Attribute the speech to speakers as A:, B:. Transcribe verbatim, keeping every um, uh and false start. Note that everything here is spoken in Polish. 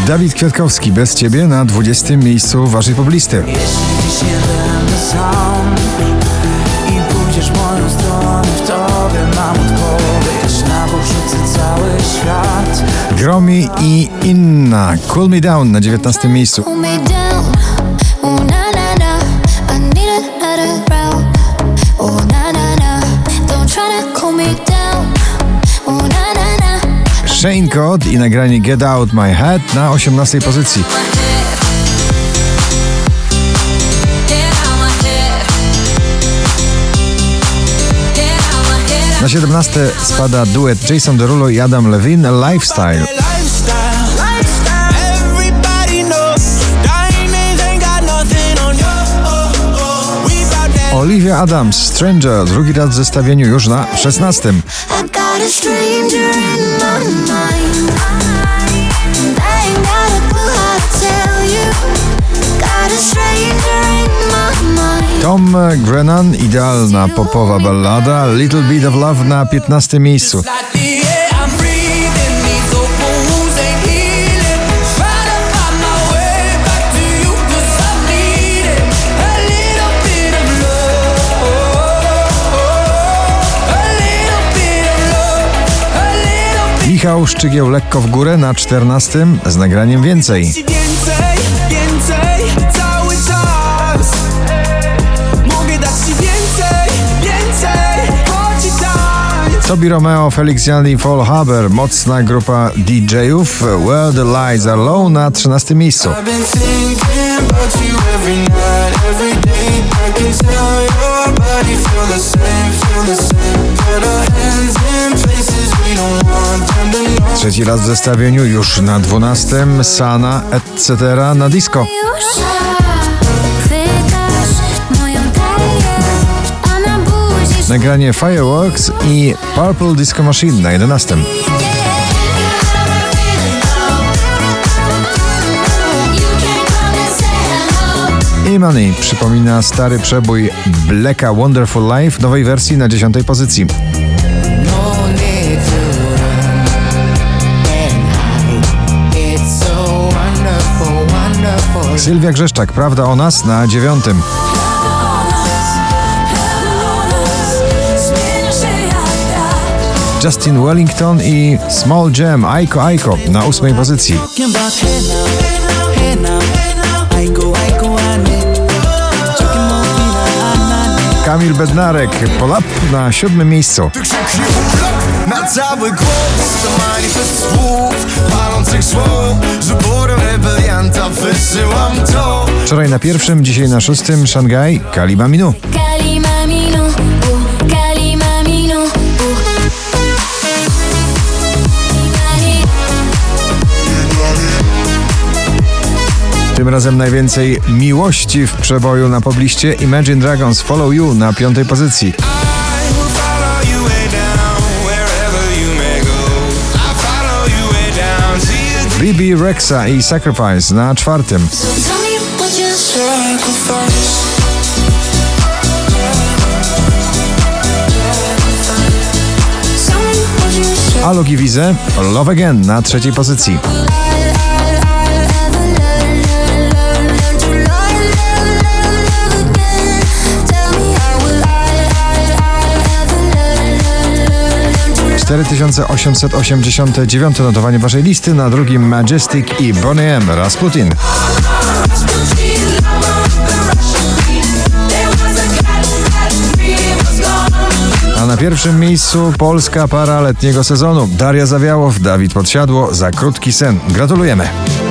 A: Dawid Kwiatkowski, Bez ciebie na dwudziestym miejscu waszej poblisty.
B: Jeśli dziś nie będę sam i pójdziesz moją stronę, w tobie mam odpowiedź, na bok rzucę cały świat.
A: Gromi i Inna, Cool Me Down na dziewiętnastym miejscu. Shane Code i nagranie Get Out My Head na osiemnastej pozycji. Na siedemnaste spada duet Jason Derulo i Adam Levine, Lifestyle. Olivia Adams, Stranger, drugi raz w zestawieniu już na szesnastym. Tom Grennan, idealna popowa ballada Little Bit of Love na piętnastym miejscu. Michał Szczygieł lekko w górę na czternastym z nagraniem Więcej.
B: Więcej, więcej, cały czas. Mogę dać ci więcej, więcej, chodź i tańcz.
A: Tobi Romeo, Felix Jan i Fall Haber, mocna grupa D J-ów. Where the Lights Are Low na trzynastym miejscu. Trzeci raz w zestawieniu już na dwunastym Sana et cetera na disco. Nagranie Fireworks i Purple Disco Machine na jedenastym. E-Money przypomina stary przebój Blacka Wonderful Life w nowej wersji na dziesiątej pozycji. Sylwia Grzeszczak, Prawda o nas na dziewiątym. Justin Wellington i Small Jam, Aiko Aiko na ósmej pozycji. Kamil Bednarek, Pull Up na siódmym miejscu.
C: Na cały głos to manifest słów palących słów, że porę rebelianta wysyłam to.
A: Wczoraj na pierwszym, dzisiaj na szóstym Szangaj, Kalima Minu. Tym razem najwięcej miłości w przeboju na pobliście. Imagine Dragons, Follow You na piątej pozycji. B B Rexa i Sacrifice na czwartym. Alok i Wize, Love Again na trzeciej pozycji. cztery tysiące osiemset osiemdziesiąte dziewiąte notowanie waszej listy, na drugim Majestic i Boney M, Rasputin. A na pierwszym miejscu polska para letniego sezonu. Daria Zawiałow, Dawid Podsiadło, Za krótki sen. Gratulujemy.